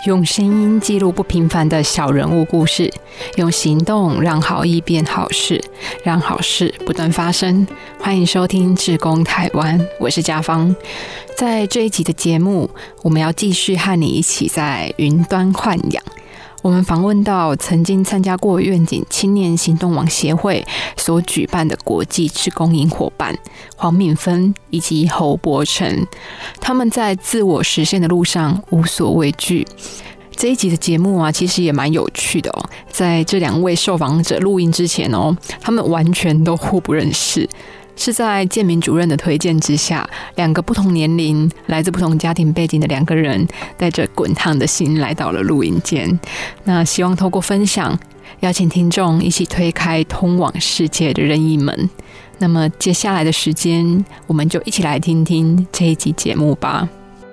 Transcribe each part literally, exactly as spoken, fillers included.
用声音记录不平凡的小人物故事，用行动让好意变好事，让好事不断发生。欢迎收听志工台湾，我是家芳。在这一集的节目，我们要继续和你一起在云端豢养。我们访问到曾经参加过愿景青年行动网协会所举办的国际志工营伙伴黄敏芬以及侯伯成，他们在自我实现的路上无所畏惧。这一集的节目啊，其实也蛮有趣的哦。在这两位受访者录音之前哦，他们完全都互不认识。是在建民主任的推荐之下，两个不同年龄、来自不同家庭背景的两个人，带着滚烫的心来到了录音间。那希望透过分享，邀请听众一起推开通往世界的任意门。那么接下来的时间，我们就一起来听听这一集节目吧。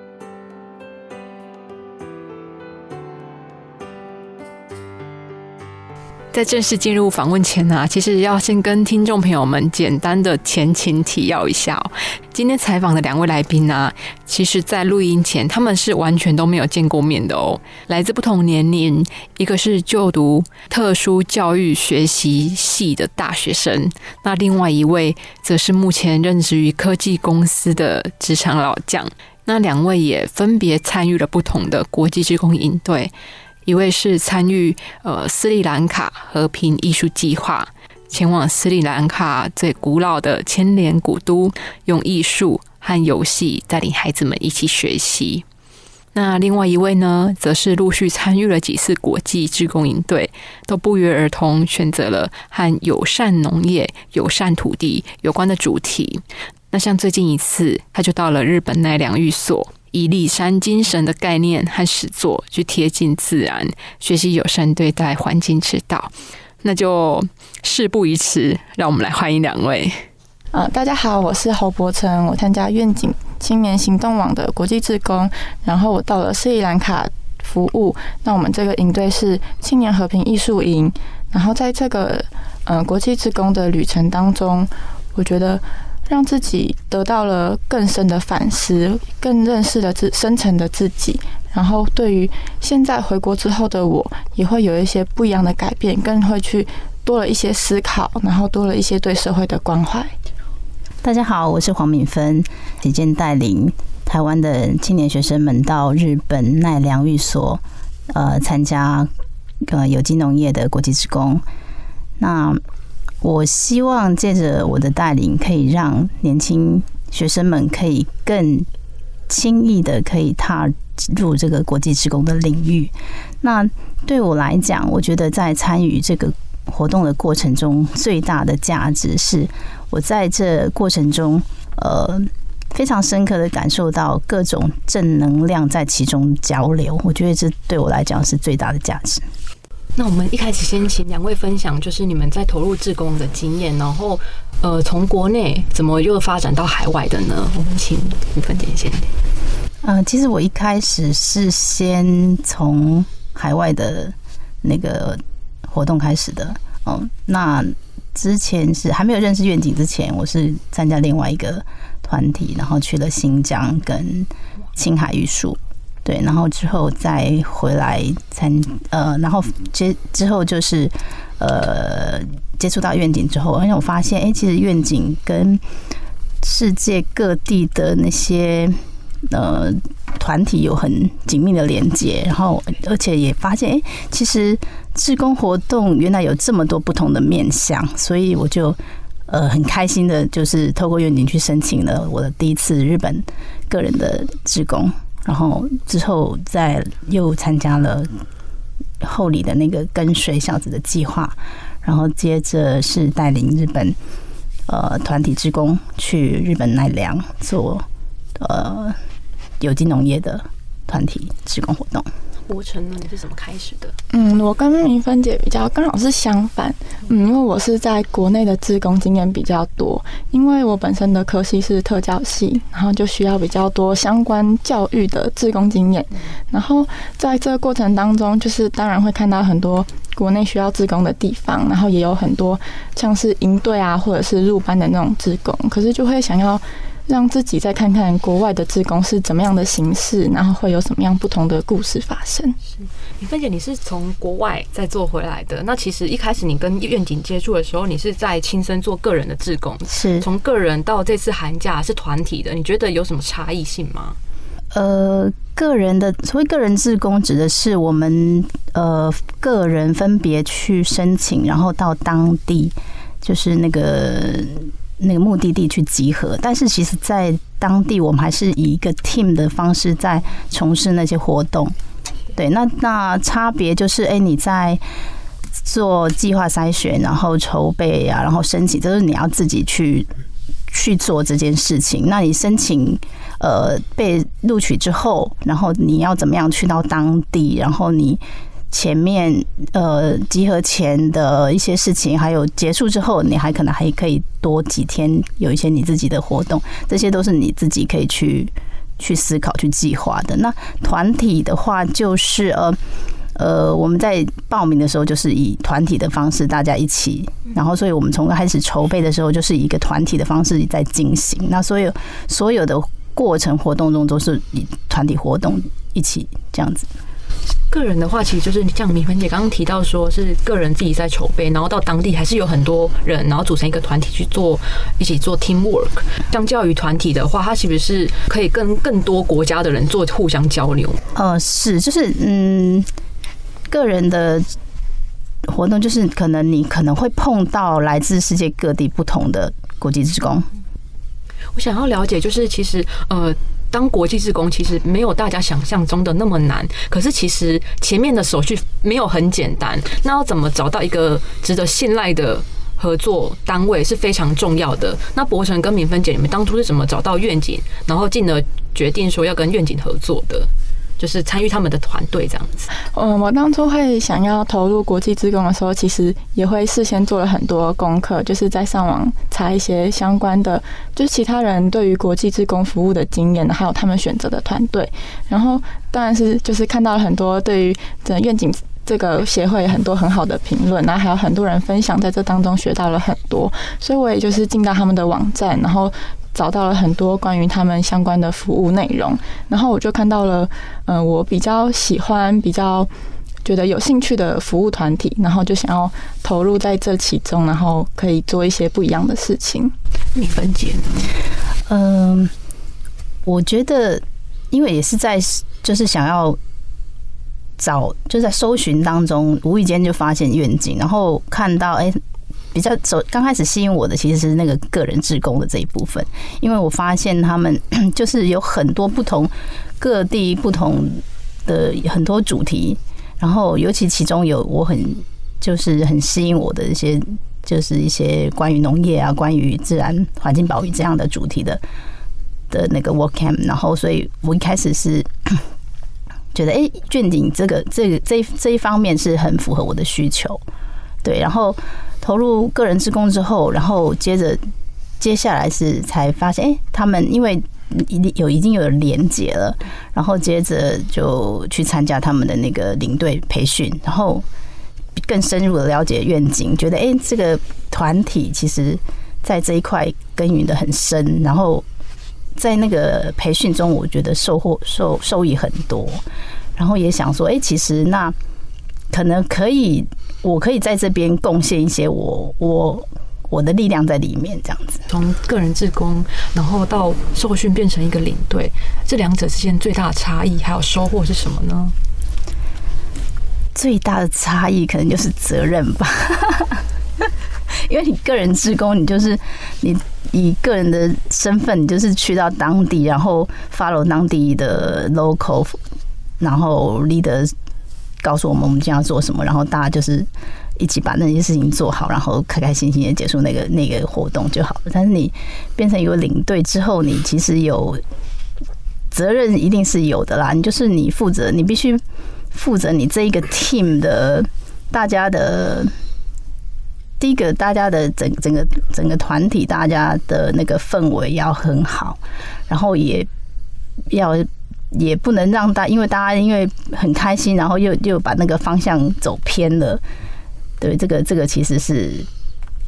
在正式进入访问前啊，其实要先跟听众朋友们简单的前情提要一下哦。今天采访的两位来宾啊，其实在录音前他们是完全都没有见过面的哦。来自不同年龄，一个是就读特殊教育学习系的大学生，那另外一位则是目前任职于科技公司的职场老将。那两位也分别参与了不同的国际志工营队。一位是参与呃斯里兰卡和平艺术计划，前往斯里兰卡最古老的千年古都，用艺术和游戏带领孩子们一起学习。那另外一位呢，则是陆续参与了几次国际志工营队，都不约而同选择了和友善农业、友善土地有关的主题。那像最近一次，他就到了日本奈良寓所，以里山精神的概念和实作去贴近自然，学习友善对待环境之道。那就事不宜迟，让我们来欢迎两位。 呃，大家好，我是侯伯成，我参加愿景青年行动网的国际志工，然后我到了斯里兰卡服务。那我们这个营队是青年和平艺术营，然后在这个呃国际志工的旅程当中，我觉得让自己得到了更深的反思，更认识了自深层的自己，然后对于现在回国之后的我，也会有一些不一样的改变，更会去多了一些思考，然后多了一些对社会的关怀。 大家好，我是黄敏芬，期间带领台湾的青年学生们到日本奈良寓所，呃，参加呃有机农业的国际志工。那我希望借着我的带领，可以让年轻学生们可以更轻易的可以踏入这个国际志工的领域。那对我来讲，我觉得在参与这个活动的过程中，最大的价值是我在这过程中，呃，非常深刻的感受到各种正能量在其中交流。我觉得这对我来讲是最大的价值。 那我们一开始先请两位分享，就是你们在投入志工的经验，然后呃，从国内怎么又发展到海外的呢？我们请敏芬姐先。 呃，其实我一开始是先从海外的那个活动开始的哦。那之前是还没有认识愿景之前，我是参加另外一个团体，然后去了新疆跟青海玉树。对，然后之后再回来参呃，然后接之后就是呃接触到愿景之后，因为我发现，哎、欸，其实愿景跟世界各地的那些呃团体有很紧密的连接，然后而且也发现，哎、欸，其实志工活动原来有这么多不同的面向，所以我就呃很开心的，就是透过愿景去申请了我的第一次日本个人的志工。然后之后再又参加了后里的那个跟随小子的计划，然后接着是带领日本呃团体志工去日本奈良做呃有机农业的团体志工活动。 伯成呢，你是怎么开始的？ 嗯，我跟敏芬姐比较刚好是相反。嗯，因为我是在国内的志工经验比较多，因为我本身的科系是特教系，然后就需要比较多相关教育的志工经验。然后在这个过程当中，就是当然会看到很多国内需要志工的地方，然后也有很多像是营队啊，或者是入班的那种志工，可是就会想要让自己再看看国外的志工是怎么样的形式，然后会有什么样不同的故事发生。 是，敏芬姐，你是从国外再做回来的，那其实一开始你跟愿景接触的时候，你是在亲身做个人的志工， 是从个人到这次寒假是团体的，你觉得有什么差异性吗？ 呃，个人的所谓个人志工指的是我们呃个人分别去申请，然后到当地就是那个那个目的地去集合。但是其实，在当地我们还是以一个 team 的方式在从事那些活动。对，那那差别就是，哎、欸，你在做计划筛选，然后筹备啊，然后申请，这是你要自己去去做这件事情。那你申请呃被录取之后，然后你要怎么样去到当地，然后你前面呃集合前的一些事情，还有结束之后，你还可能还可以多几天有一些你自己的活动，这些都是你自己可以去去思考、去计划的。那团体的话，就是呃。呃，我们在报名的时候就是以团体的方式大家一起，然后所以我们从开始筹备的时候就是以一个团体的方式在进行。那所有所有的过程活动中都是以团体活动一起这样子。 个人的话，其实就是像敏芬姐刚刚提到，说是个人自己在筹备，然后到当地还是有很多人，然后组成一个团体去做，一起做 teamwork。相较于团体的话，它是不是可以跟更多国家的人做互相交流？ 呃，是，就是嗯。个人的活动就是可能你可能会碰到来自世界各地不同的国际志工。 我想要了解，就是其实呃，当国际志工其实没有大家想象中的那么难，可是其实前面的手续没有很简单。那要怎么找到一个值得信赖的合作单位是非常重要的。那博成跟敏芬姐，你们当初是怎么找到愿景，然后进而决定说要跟愿景合作的？就是参与他们的团队这样子。 嗯，我当初会想要投入国际志工的时候，其实也会事先做了很多功课，就是在上网查一些相关的，就是其他人对于国际志工服务的经验，还有他们选择的团队。然后当然是就是看到了很多对于整个愿景这个协会很多很好的评论，然后还有很多人分享，在这当中学到了很多。所以我也就是进到他们的网站，然后找到了很多关于他们相关的服务内容，然后我就看到了，嗯、呃，我比较喜欢、比较觉得有兴趣的服务团体，然后就想要投入在这其中，然后可以做一些不一样的事情。 敏芬姐呢？ 嗯，我觉得，因为也是在就是想要找，就在搜寻当中，无意间就发现愿景，然后看到哎。欸比较首刚开始吸引我的其实是那个个人志工的这一部分，因为我发现他们就是有很多不同各地不同的很多主题，然后尤其其中有我很就是很吸引我的一些就是一些关于农业啊、关于自然环境保育这样的主题的的那个 work camp， 然后所以我一开始是觉得哎，愿景这个这个这这一方面是很符合我的需求，对，然后。投入个人志工之后，然后接着接下来是才发现，哎、欸，他们因为有已经有连结了，然后接着就去参加他们的那个领队培训，然后更深入的了解愿景，觉得哎、欸，这个团体其实在这一块耕耘的很深，然后在那个培训中，我觉得收获受受益很多，然后也想说，哎、欸，其实那可能可以。我可以在这边贡献一些我我我的力量在里面，这样子。 从个人志工，然后到受训变成一个领队，这两者之间最大的差异还有收获是什么呢？ 最大的差异可能就是责任吧，因为你个人志工，你就是你以个人的身份，你就是去到当地，然后 follow 当地的 local， 然后 leader。告诉我们我们今天要做什么，然后大家就是一起把那些事情做好，然后开开心心的结束那个那个活动就好了。但是你变成一个领队之后，你其实有责任一定是有的啦。你就是你负责，你必须负责你这一个 team 的大家的第一个，大家的整整个整个团体，大家的那个氛围要很好，然后也要。也不能让大，因为大家因为很开心，然后又又把那个方向走偏了。对，这个这个其实是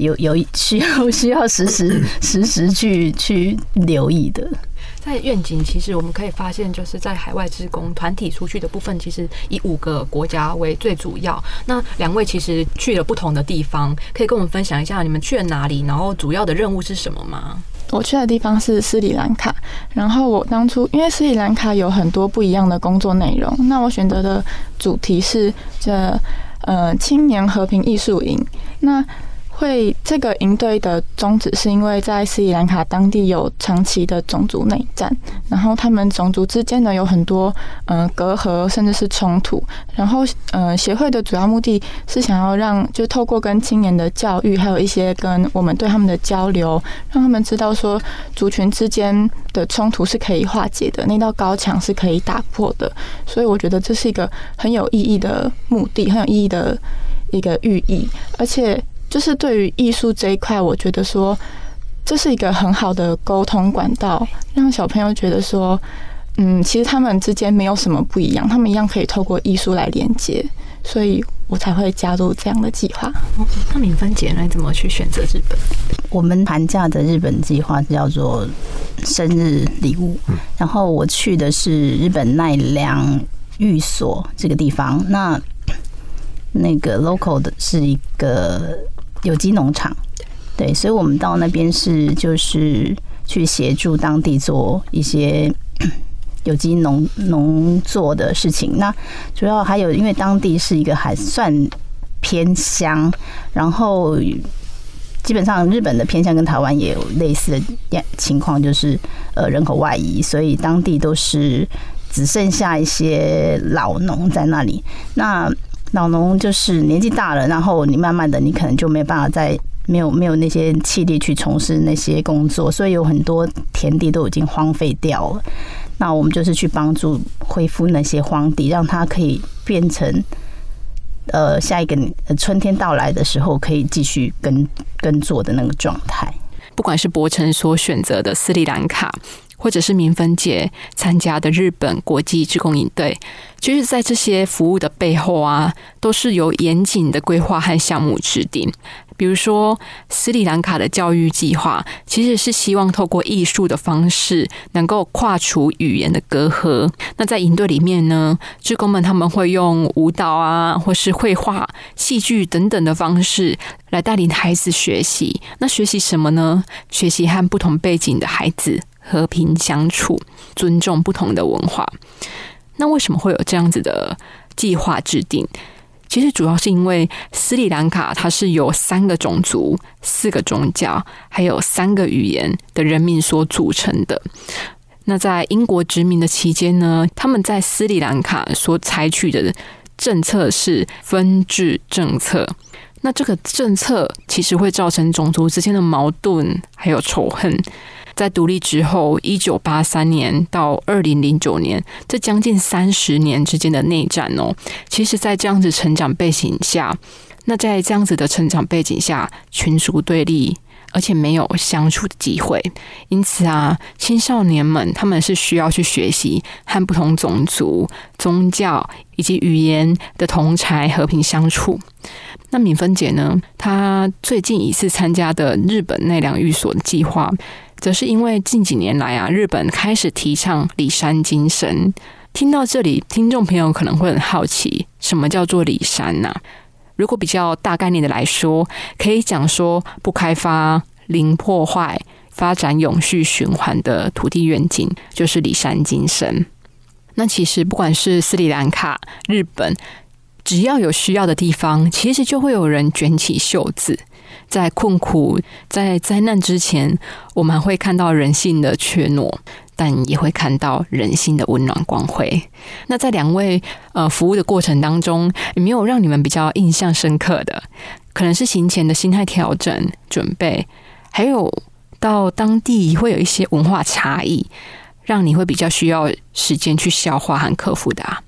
有有需要需要时时时时去去留意的。 在愿景，其实我们可以发现，就是在海外志工团体出去的部分，其实以五个国家为最主要。那两位其实去了不同的地方，可以跟我们分享一下你们去了哪里，然后主要的任务是什么吗？ 我去的地方是斯里兰卡，然后我当初因为斯里兰卡有很多不一样的工作内容，那我选择的主题是这呃青年和平艺术营。那会这个营队的宗旨是因为在斯里兰卡当地有长期的种族内战，然后他们种族之间呢有很多呃隔阂甚至是冲突，然后呃协会的主要目的是想要让就透过跟青年的教育，还有一些跟我们对他们的交流，让他们知道说族群之间的冲突是可以化解的，那道高墙是可以打破的，所以我觉得这是一个很有意义的目的，很有意义的一个寓意，而且就是对于艺术这一块，我觉得说这是一个很好的沟通管道，让小朋友觉得说，嗯，其实他们之间没有什么不一样，他们一样可以透过艺术来连接，所以我才会加入这样的计划。 那敏芬姐呢，怎么去选择日本？ 我们寒假的日本计划叫做生日礼物，然后我去的是日本奈良寓所这个地方，那那个 local 的是一个有机农场，对，所以我们到那边是就是去协助当地做一些有机农农作的事情。那主要还有，因为当地是一个还算偏乡，然后基本上日本的偏乡跟台湾也有类似的情况，就是呃人口外移，所以当地都是只剩下一些老农在那里。那老农就是年纪大了，然后你慢慢的，你可能就没有办法再没有没有那些气力去从事那些工作，所以有很多田地都已经荒废掉了。那我们就是去帮助恢复那些荒地，让它可以变成呃下一个春天到来的时候可以继续耕耕作的那个状态。 不管是柏成所选择的斯里兰卡，或者是敏芬姐参加的日本国际志工营队，其实在这些服务的背后啊，都是有严谨的规划和项目制定。比如说斯里兰卡的教育计划，其实是希望透过艺术的方式，能够跨除语言的隔阂。那在营队里面呢，志工们他们会用舞蹈啊，或是绘画、戏剧等等的方式来带领孩子学习。那学习什么呢？学习和不同背景的孩子和平相处，尊重不同的文化。那为什么会有这样子的计划制定？其实主要是因为斯里兰卡它是由三个种族、四个宗教，还有三个语言的人民所组成的。那在英国殖民的期间呢，他们在斯里兰卡所采取的政策是分治政策。那这个政策其实会造成种族之间的矛盾还有仇恨。在独立之后，一九八三年到二零零九年，这将近三十年之间的内战哦，其实在这样子成长背景下，那在这样子的成长背景下，群族对立，而且没有相处的机会，因此啊，青少年们他们是需要去学习和不同种族、宗教以及语言的同侪和平相处。那敏芬姐呢，她最近一次参加的日本奈良寓所的计划，则是因为近几年来啊，日本开始提倡里山精神。听到这里，听众朋友可能会很好奇，什么叫做里山啊？如果比较大概念的来说，可以讲说不开发、零破坏、发展永续循环的土地愿景，就是里山精神。那其实不管是斯里兰卡、日本，只要有需要的地方，其实就会有人卷起袖子。在困苦、在灾难之前，我们会看到人性的怯懦，但也会看到人性的温暖光辉。那在两位呃服务的过程当中，有没有让你们比较印象深刻的？可能是行前的心态调整、准备，还有到当地会有一些文化差异，让你会比较需要时间去消化和克服的啊。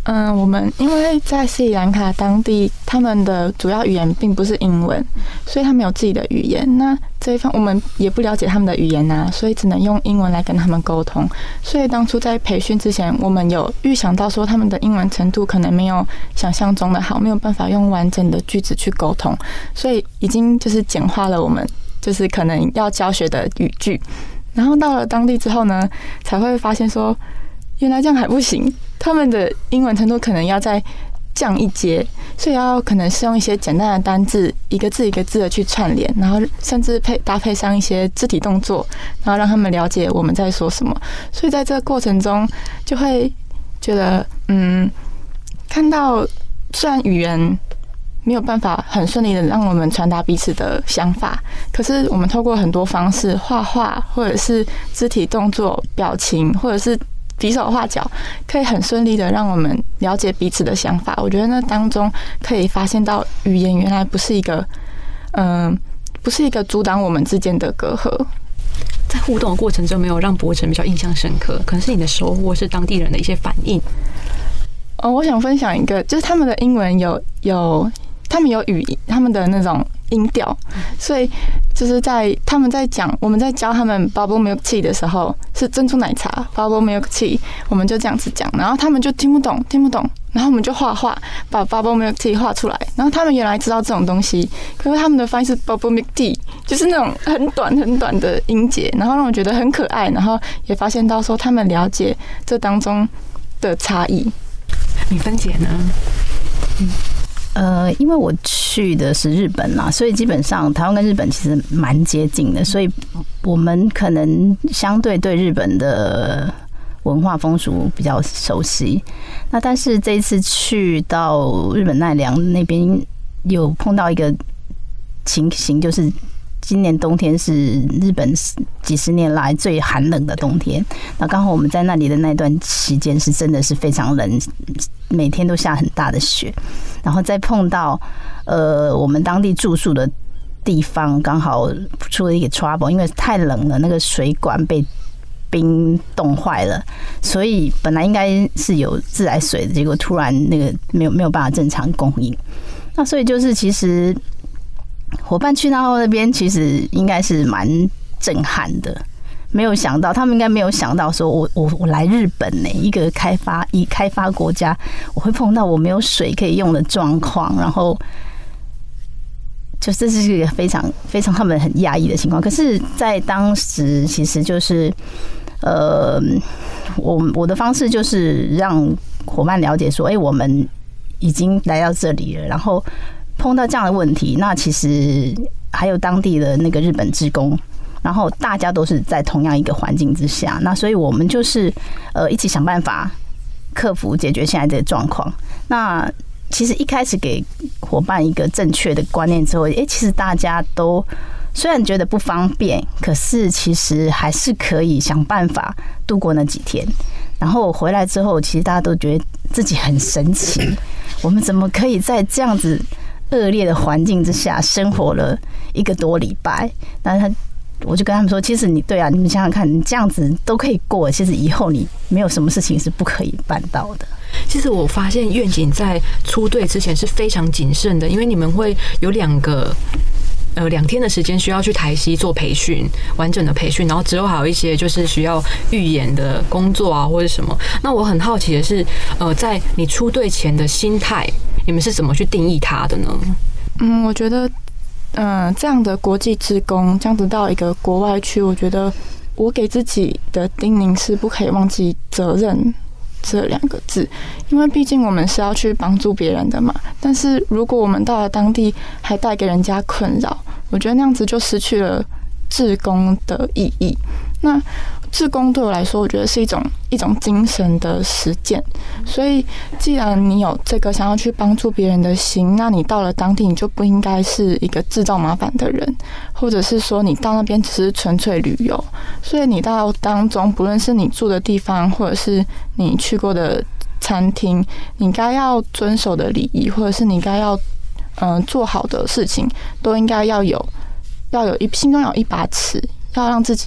嗯，我们因为在斯里兰卡当地，他们的主要语言并不是英文，所以他们有自己的语言。那这一方我们也不了解他们的语言啊，所以只能用英文来跟他们沟通。所以当初在培训之前，我们有预想到说他们的英文程度可能没有想象中的好，没有办法用完整的句子去沟通，所以已经就是简化了我们就是可能要教学的语句。然后到了当地之后呢，才会发现说，原来这样还不行，他们的英文程度可能要再降一阶，所以要可能是用一些简单的单字，一个字一个字的去串联，然后甚至配搭配上一些肢体动作，然后让他们了解我们在说什么。所以在这个过程中，就会觉得，嗯，看到虽然语言没有办法很顺利的让我们传达彼此的想法，可是我们透过很多方式，画画或者是肢体动作、表情，或者是比手画脚，可以很顺利的让我们了解彼此的想法。我觉得那当中可以发现到语言原来不是一个，嗯、呃，不是一个阻挡我们之间的隔阂。 在互动的过程中，没有让博成比较印象深刻，可能是你的收获是当地人的一些反应。 哦，我想分享一个，就是他们的英文有有。他们有语音，他们的那种音调，所以就是在他们在讲，我们在教他们 bubble milk tea 的时候，是珍珠奶茶 bubble milk tea， 我们就这样子讲，然后他们就听不懂，听不懂，然后我们就画画，把 bubble milk tea 画出来，然后他们原来知道这种东西，可是他们的翻译是 bubble milk tea， 就是那种很短很短的音节，然后让我觉得很可爱，然后也发现到说他们了解这当中的差异。 米芬姐呢？ 嗯。呃，因为我去的是日本啦，所以基本上台湾跟日本其实蛮接近的，所以我们可能相对对日本的文化风俗比较熟悉。那但是这一次去到日本奈良那边，有碰到一个情形，就是今年冬天是日本几十年来最寒冷的冬天。那刚好我们在那里的那段期间是真的是非常冷，每天都下很大的雪。然后再碰到呃我们当地住宿的地方，刚好出了一个 trouble， 因为太冷了，那个水管被冰冻坏了，所以本来应该是有自来水的，结果突然那个没有没有办法正常供应。那所以就是其实伙伴去到那边，其实应该是蛮震撼的。没有想到，他们应该没有想到，说我我我来日本呢、欸，一个开发一开发国家，我会碰到我没有水可以用的状况，然后就这是一个非常非常他们很压抑的情况。可是，在当时，其实就是呃，我我的方式就是让伙伴了解说，哎、欸，我们已经来到这里了，然后碰到这样的问题，那其实还有当地的那个日本志工。然后大家都是在同样一个环境之下，那所以我们就是呃一起想办法克服解决现在这个状况。那其实一开始给伙伴一个正确的观念之后，哎，其实大家都虽然觉得不方便，可是其实还是可以想办法度过那几天。然后回来之后，其实大家都觉得自己很神奇，我们怎么可以在这样子恶劣的环境之下生活了一个多礼拜？那他。我就跟他们说，其实你对啊，你们想想看，你这样子都可以过，其实以后你没有什么事情是不可以办到的。 其实我发现愿景在出队之前是非常谨慎的，因为你们会有两个呃两天的时间需要去台西做培训，完整的培训，然后之后还有一些就是需要预演的工作啊或者什么。那我很好奇的是，呃，在你出队前的心态，你们是怎么去定义它的呢？ 嗯，我觉得。嗯，这样的国际志工，这样子到一个国外去，我觉得我给自己的叮咛是不可以忘记责任这两个字，因为毕竟我们是要去帮助别人的嘛。但是如果我们到了当地还带给人家困扰，我觉得那样子就失去了志工的意义。那志工对我来说，我觉得是一种一种精神的实践。所以，既然你有这个想要去帮助别人的心，那你到了当地，你就不应该是一个制造麻烦的人，或者是说你到那边只是纯粹旅游。所以，你到当中，不论是你住的地方，或者是你去过的餐厅，你该要遵守的礼仪，或者是你该要嗯、呃、做好的事情，都应该要有要有一心中有一把尺，要让自己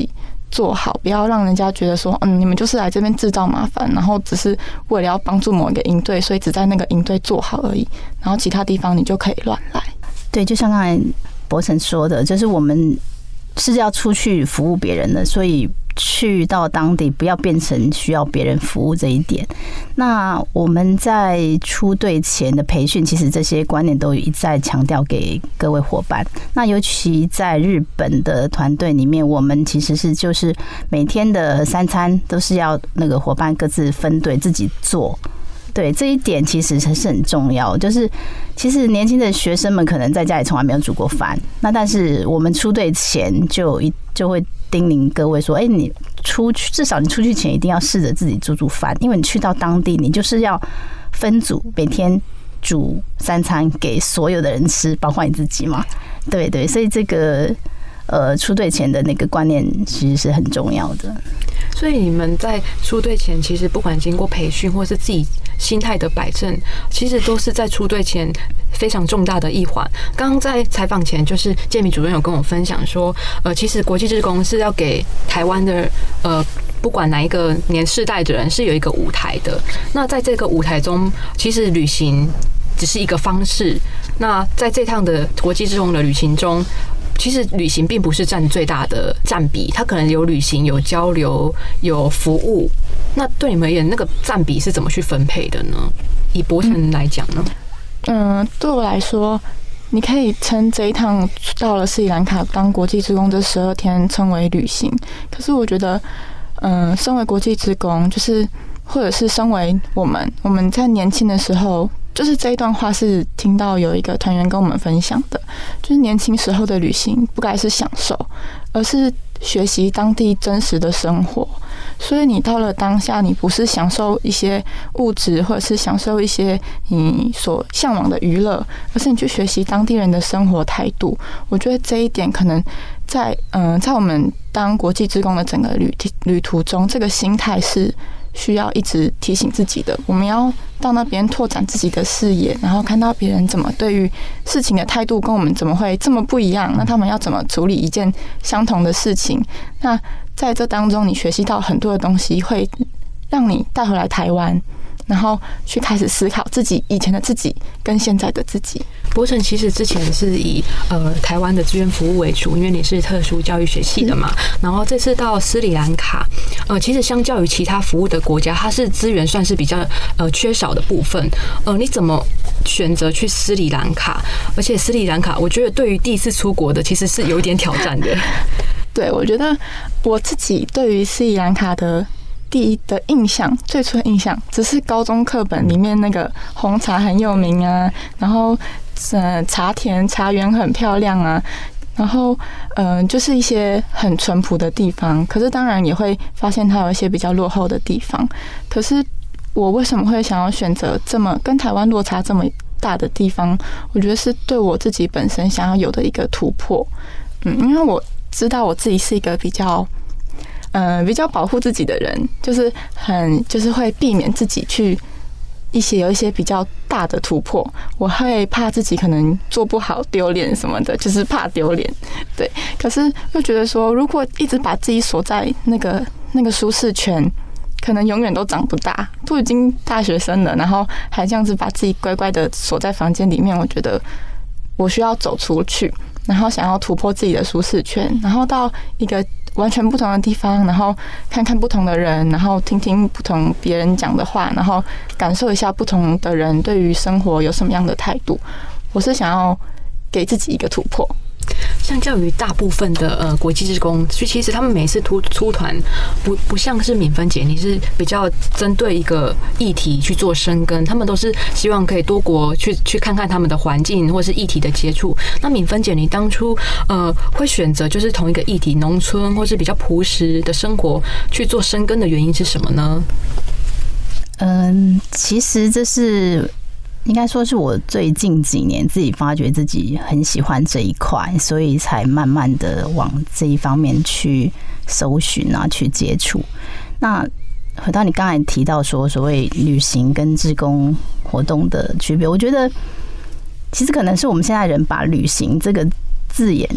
做好，不要让人家觉得说，嗯，你们就是来这边制造麻烦，然后只是为了要帮助某一个营队，所以只在那个营队做好而已，然后其他地方你就可以乱来。 对，就像刚才博成说的，就是我们是要出去服务别人的，所以去到当地不要变成需要别人服务这一点。那我们在出队前的培训，其实这些观念都一再强调给各位伙伴。那尤其在日本的团队里面，我们其实是就是每天的三餐都是要那个伙伴各自分队自己做。对，这一点其实是很重要。就是其实年轻的学生们可能在家里从来没有煮过饭，那但是我们出队前就一就会叮咛各位说，哎、欸，你出去至少你出去前一定要试着自己煮煮饭，因为你去到当地，你就是要分组每天煮三餐给所有的人吃，包括你自己嘛。对对，所以这个呃出队前的那个观念其实是很重要的。 所以你们在出队前，其实不管经过培训或是自己心态的摆正，其实都是在出队前非常重大的一环。刚刚在采访前，就是建民主任有跟我分享说，呃，其实国际志工是要给台湾的呃，不管哪一个年世代的人是有一个舞台的。那在这个舞台中，其实旅行只是一个方式。那在这趟的国际志工的旅行中，其实旅行并不是占最大的占比，它可能有旅行、有交流、有服务。那对你们而言，那个占比是怎么去分配的呢？以博成来讲呢？ 嗯，呃、对我来说，你可以称这一趟到了斯里兰卡当国际志工这十二天称为旅行。可是我觉得，嗯、呃，身为国际志工，就是或者是身为我们，我们在年轻的时候。就是这一段话是听到有一个团员跟我们分享的，就是年轻时候的旅行不该是享受，而是学习当地真实的生活。所以你到了当下，你不是享受一些物质，或者是享受一些你所向往的娱乐，而是你去学习当地人的生活态度。我觉得这一点可能在嗯、呃，在我们当国际志工的整个旅旅途中，这个心态是需要一直提醒自己的。我们要到那边拓展自己的视野，然后看到别人怎么对于事情的态度跟我们怎么会这么不一样，那他们要怎么处理一件相同的事情。那在这当中，你学习到很多的东西，会让你带回来台湾，然后去开始思考自己以前的自己跟现在的自己。 博成其实之前是以呃台湾的志愿服务为主，因为你是特殊教育学系的嘛。然后这次到斯里兰卡，呃，其实相较于其他服务的国家，它是资源算是比较呃缺少的部分。呃，你怎么选择去斯里兰卡？而且斯里兰卡，我觉得对于第一次出国的，其实是有一点挑战的。 对，我觉得我自己对于斯里兰卡的第一的印象，最初的印象，只是高中课本里面那个红茶很有名啊，然后呃茶田茶园很漂亮啊，然后嗯、呃、就是一些很淳朴的地方。可是当然也会发现它有一些比较落后的地方。可是我为什么会想要选择这么跟台湾落差这么大的地方？我觉得是对我自己本身想要有的一个突破。嗯，因为我知道我自己是一个比较。嗯、呃，比较保护自己的人，就是很就是会避免自己去一些有一些比较大的突破，我会怕自己可能做不好丢脸什么的，就是怕丢脸。对，可是又觉得说，如果一直把自己锁在那个那个舒适圈，可能永远都长不大。都已经大学生了，然后还这样子把自己乖乖的锁在房间里面，我觉得我需要走出去，然后想要突破自己的舒适圈，然后到一个完全不同的地方，然后看看不同的人，然后听听不同别人讲的话，然后感受一下不同的人对于生活有什么样的态度。我是想要给自己一个突破。 相较于大部分的呃国际志工，所以其实他们每次出出团不不像是敏芬姐，你是比较针对一个议题去做深耕，他们都是希望可以多国去去看看他们的环境或是议题的接触。那敏芬姐，你当初呃会选择就是同一个议题，农村或是比较朴实的生活去做深耕的原因是什么呢？ 嗯，其实这是。应该说是我最近几年自己发觉自己很喜欢这一块，所以才慢慢的往这一方面去搜寻啊，去接触。那回到你刚才提到说所谓旅行跟志工活动的区别，我觉得其实可能是我们现在人把旅行这个字眼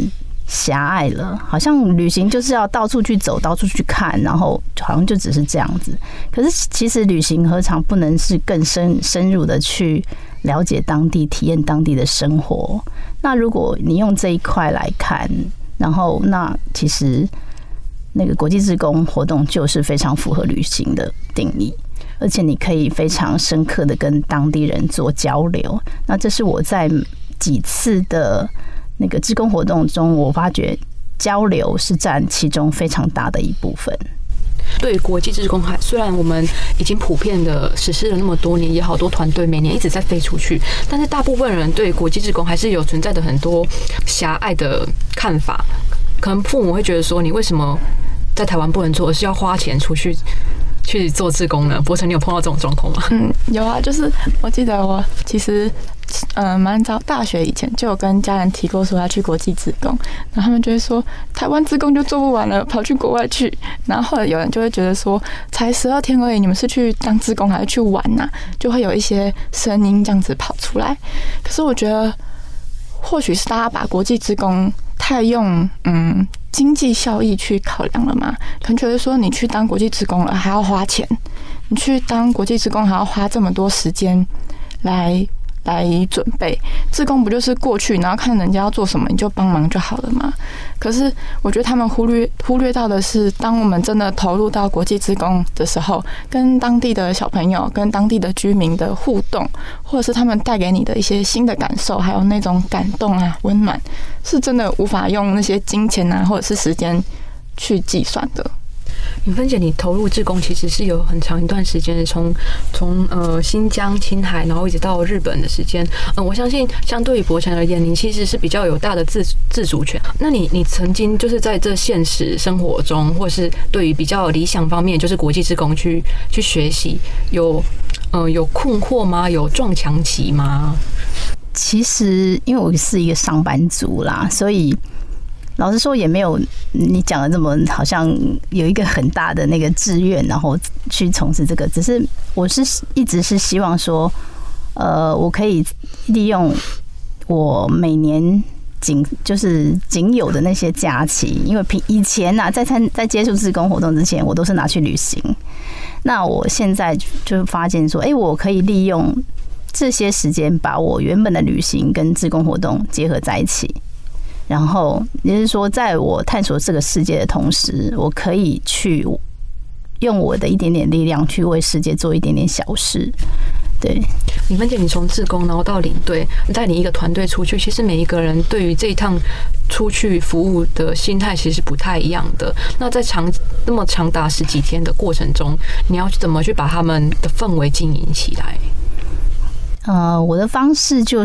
狭隘了，好像旅行就是要到处去走，到处去看，然后好像就只是这样子。可是其实旅行何尝不能是更深深入的去了解当地、体验当地的生活？那如果你用这一块来看，然后那其实那个国际志工活动就是非常符合旅行的定义，而且你可以非常深刻的跟当地人做交流。那这是我在几次的那个志工活动中，我发觉交流是占其中非常大的一部分。 对国际志工，虽然我们已经普遍的实施了那么多年，也好多团队每年一直在飞出去，但是大部分人对国际志工还是有存在的很多狭隘的看法。可能父母会觉得说，你为什么在台湾不能做，而是要花钱出去去做志工呢？博成，你有碰到这种状况吗？ 嗯，有啊，就是我记得我其实。嗯，蛮早大学以前就有跟家人提过说要去国际志工，然后他们就会说台湾志工就做不完了，跑去国外去。然后后来有人就会觉得说，才十二天而已，你们是去当志工还是去玩呐、啊？就会有一些声音这样子跑出来。可是我觉得，或许是大家把国际志工太用嗯经济效益去考量了嘛，可能觉得说你去当国际志工了还要花钱，你去当国际志工还要花这么多时间来。来准备志工不就是过去，然后看人家要做什么你就帮忙就好了嘛？可是我觉得他们忽略忽略到的是，当我们真的投入到国际志工的时候，跟当地的小朋友、跟当地的居民的互动，或者是他们带给你的一些新的感受，还有那种感动啊、温暖，是真的无法用那些金钱啊或者是时间去计算的。 允芬姐，你投入志工其实是有很长一段时间，从从呃新疆、青海，然后一直到日本的时间。嗯、呃，我相信相对于博成而言，您其实是比较有大的自自主权。那你你曾经就是在这现实生活中，或是对于比较理想方面，就是国际志工去去学习，有呃有困惑吗？有撞墙期吗？ 其实因为我是一个上班族啦，所以。老实说，也没有你讲的这么好像有一个很大的那个志愿，然后去从事这个。只是我是一直是希望说，呃，我可以利用我每年仅就是仅有的那些假期，因为平以前呐、啊，在参在接触志工活动之前，我都是拿去旅行。那我现在就发现说，哎、欸，我可以利用这些时间，把我原本的旅行跟志工活动结合在一起。然后也就是说，在我探索这个世界的同时，我可以去用我的一点点力量去为世界做一点点小事。对， 允芬姐，你从志工然后到领队，带领一个团队出去，其实每一个人对于这一趟出去服务的心态其实是不太一样的。那在长那么长达十几天的过程中，你要怎么去把他们的氛围经营起来？ 呃，我的方式就是。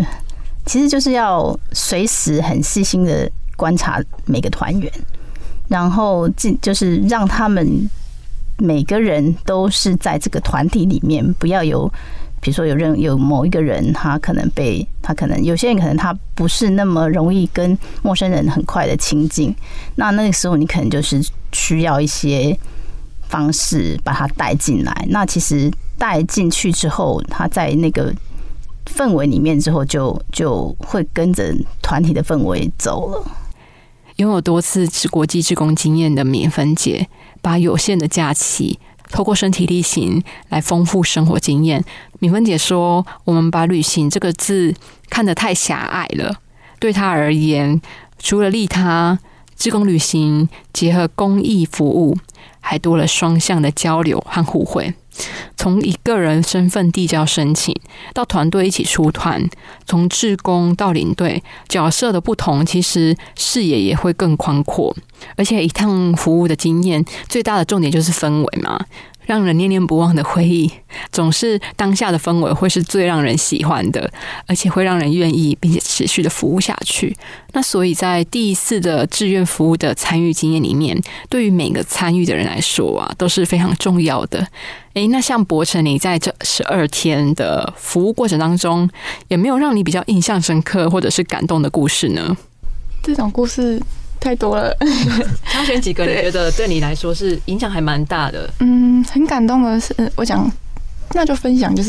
其实就是要随时很细心的观察每个团员，然后就是让他们每个人都是在这个团体里面，不要有，比如说有人有某一个人，他可能被他可能有些人可能他不是那么容易跟陌生人很快的亲近，那那个时候你可能就是需要一些方式把他带进来。那其实带进去之后，他在那个氛围里面之后就，就就会跟着团体的氛围走了。 拥有多次国际志工经验的敏芬姐，把有限的假期透过身体力行来丰富生活经验。敏芬姐说，我们把旅行这个字看得太狭隘了，对她而言，除了利他，志工旅行结合公益服务，还多了双向的交流和互惠。从一个人身份递交申请，到团队一起出团，从志工到领队，角色的不同，其实视野也会更宽阔。而且一趟服务的经验，最大的重点就是氛围嘛，让人念念不忘的回忆，总是当下的氛围会是最让人喜欢的，而且会让人愿意并且持续的服务下去。那所以在第一次的志愿服务的参与经验里面，对于每个参与的人来说啊，都是非常重要的。诶，那像博成，你在这十二天的服务过程当中，有没有让你比较印象深刻或者是感动的故事呢？ 这种故事太多了， 挑选几个你觉得对你来说是影响还蛮大的？ 嗯，很感动的是，我讲那就分享，就是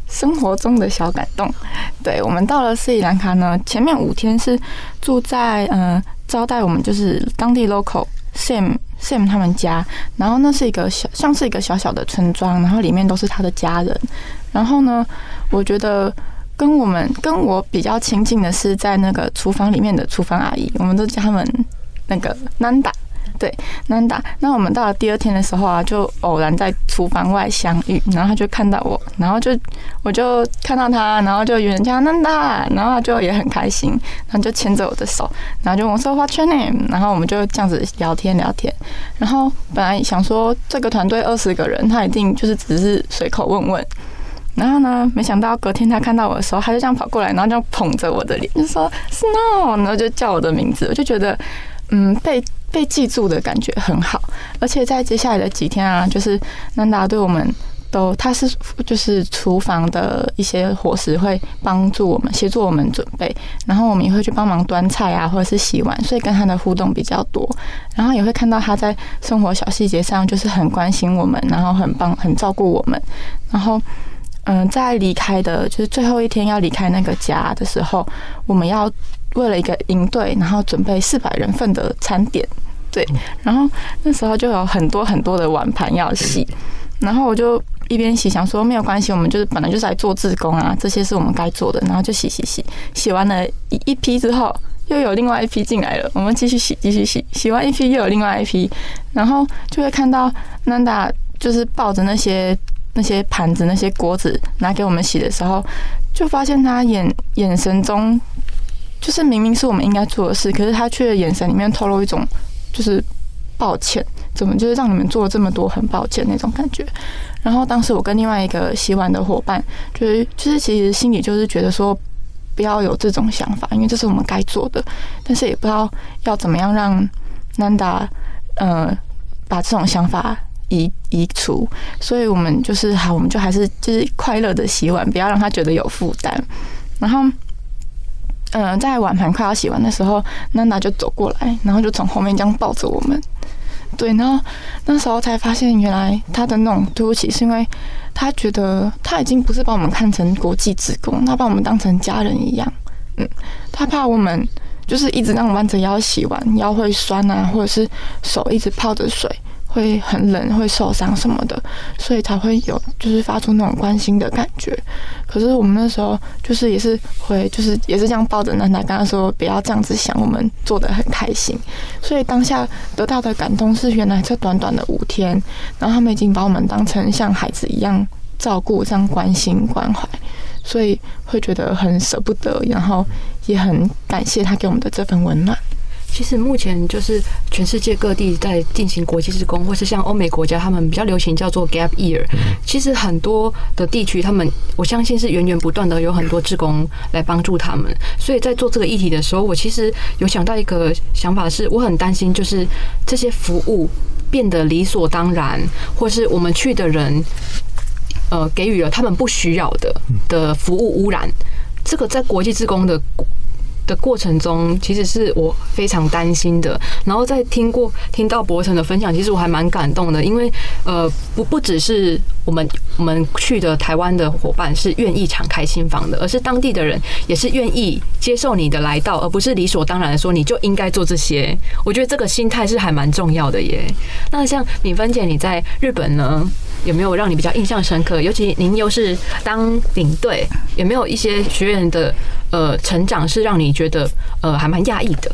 生活中的小感动。对，我们到了斯里兰卡呢，前面五天是住在呃招待我们就是当地 local Sam Sam 他们家，然后那是一个小像是一个小小的村庄，然后里面都是他的家人。然后呢，我觉得跟我们跟我比较亲近的是在那个厨房里面的厨房阿姨，我们都叫他们那个 Nanda。对 ，Nanda。那我们到了第二天的时候啊，就偶然在厨房外相遇，然后他就看到我，然后就我就看到他，然后就有人叫 Nanda， 然后他就也很开心，然后就牵着我的手，然后就问我说 What's your name？ 然后我们就这样子聊天聊天。然后本来想说这个团队二十个人，他一定就是只是随口问问。然后呢，没想到隔天他看到我的时候，他就这样跑过来，然后就捧着我的脸，就说 Snow， 然后就叫我的名字，我就觉得嗯被。被记住的感觉很好，而且在接下来的几天啊，就是南达对我们都，他是就是厨房的一些伙食会帮助我们协助我们准备，然后我们也会去帮忙端菜啊，或者是洗碗，所以跟他的互动比较多。然后也会看到他在生活小细节上就是很关心我们，然后很帮很照顾我们。然后嗯，在离开的就是最后一天要离开那个家的时候，我们要为了一个营队，然后准备四百人份的餐点。对，然后那时候就有很多很多的碗盘要洗，然后我就一边洗，想说没有关系，我们就是本来就是来做志工啊，这些是我们该做的，然后就洗洗洗，洗完了一一批之后，又有另外一批进来了，我们继续洗，继续洗，洗完一批又有另外一批，然后就会看到南达就是抱着那些那些盘子、那些锅子拿给我们洗的时候，就发现他眼眼神中，就是明明是我们应该做的事，可是他却眼神里面透露一种。就是抱歉，怎么就是让你们做了这么多，很抱歉那种感觉。然后当时我跟另外一个洗碗的伙伴，就是就是其实心里就是觉得说，不要有这种想法，因为这是我们该做的，但是也不知道要怎么样让南达呃把这种想法移移除，所以我们就是好，我们就还是就是快乐的洗碗，不要让他觉得有负担。然后。嗯，在碗盘快要洗完的时候，娜娜就走过来，然后就从后面这样抱着我们。对，然后那时候才发现，原来他的那种对不起，是因为他觉得他已经不是把我们看成国际志工，他把我们当成家人一样。嗯，他怕我们就是一直让我们弯着腰洗完，腰会酸啊，或者是手一直泡着水。会很冷，会受伤什么的，所以才会有就是发出那种关心的感觉。可是我们那时候就是也是会就是也是这样抱着奶奶，跟他说不要这样子想，我们做得很开心。所以当下得到的感动是，原来这短短的五天，然后他们已经把我们当成像孩子一样照顾、这样关心关怀，所以会觉得很舍不得，然后也很感谢他给我们的这份温暖。 其实目前就是全世界各地在进行国际志工，或是像欧美国家，他们比较流行叫做 gap year。其实很多的地区，他们我相信是源源不断的有很多志工来帮助他们。所以在做这个议题的时候，我其实有想到一个想法是，我很担心就是这些服务变得理所当然，或是我们去的人，呃，给予了他们不需要的的服务污染。这个在国际志工的。的过程中，其实是我非常担心的。然后在听过听到博成的分享，其实我还蛮感动的，因为呃，不不只是我们我们去的台湾的伙伴是愿意敞开心房的，而是当地的人也是愿意接受你的来到，而不是理所当然的说你就应该做这些。我觉得这个心态是还蛮重要的耶。那像敏芬姐，你在日本呢？有没有让你比较印象深刻？尤其您又是当领队，有没有一些学员的呃成长是让你觉得呃还蛮讶异的？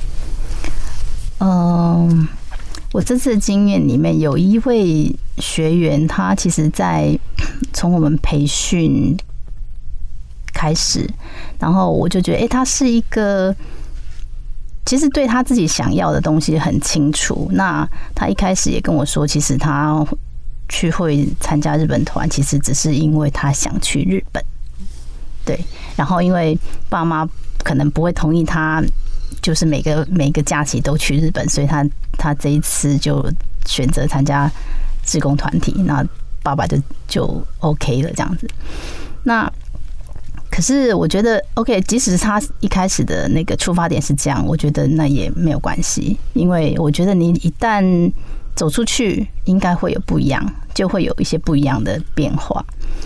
嗯，我这次的经验里面有一位学员，他其实在从我们培训开始，然后我就觉得，哎、欸，他是一个。其实对他自己想要的东西很清楚。那他一开始也跟我说，其实他去会参加日本团，其实只是因为他想去日本。对，然后因为爸妈可能不会同意他，就是每个每个假期都去日本，所以他他这一次就选择参加志工团体。那爸爸就就 OK 了这样子。那可是我觉得 OK， 即使他一开始的那个出发点是这样，我觉得那也没有关系，因为我觉得你一旦走出去，应该会有不一样，就会有一些不一样的变化。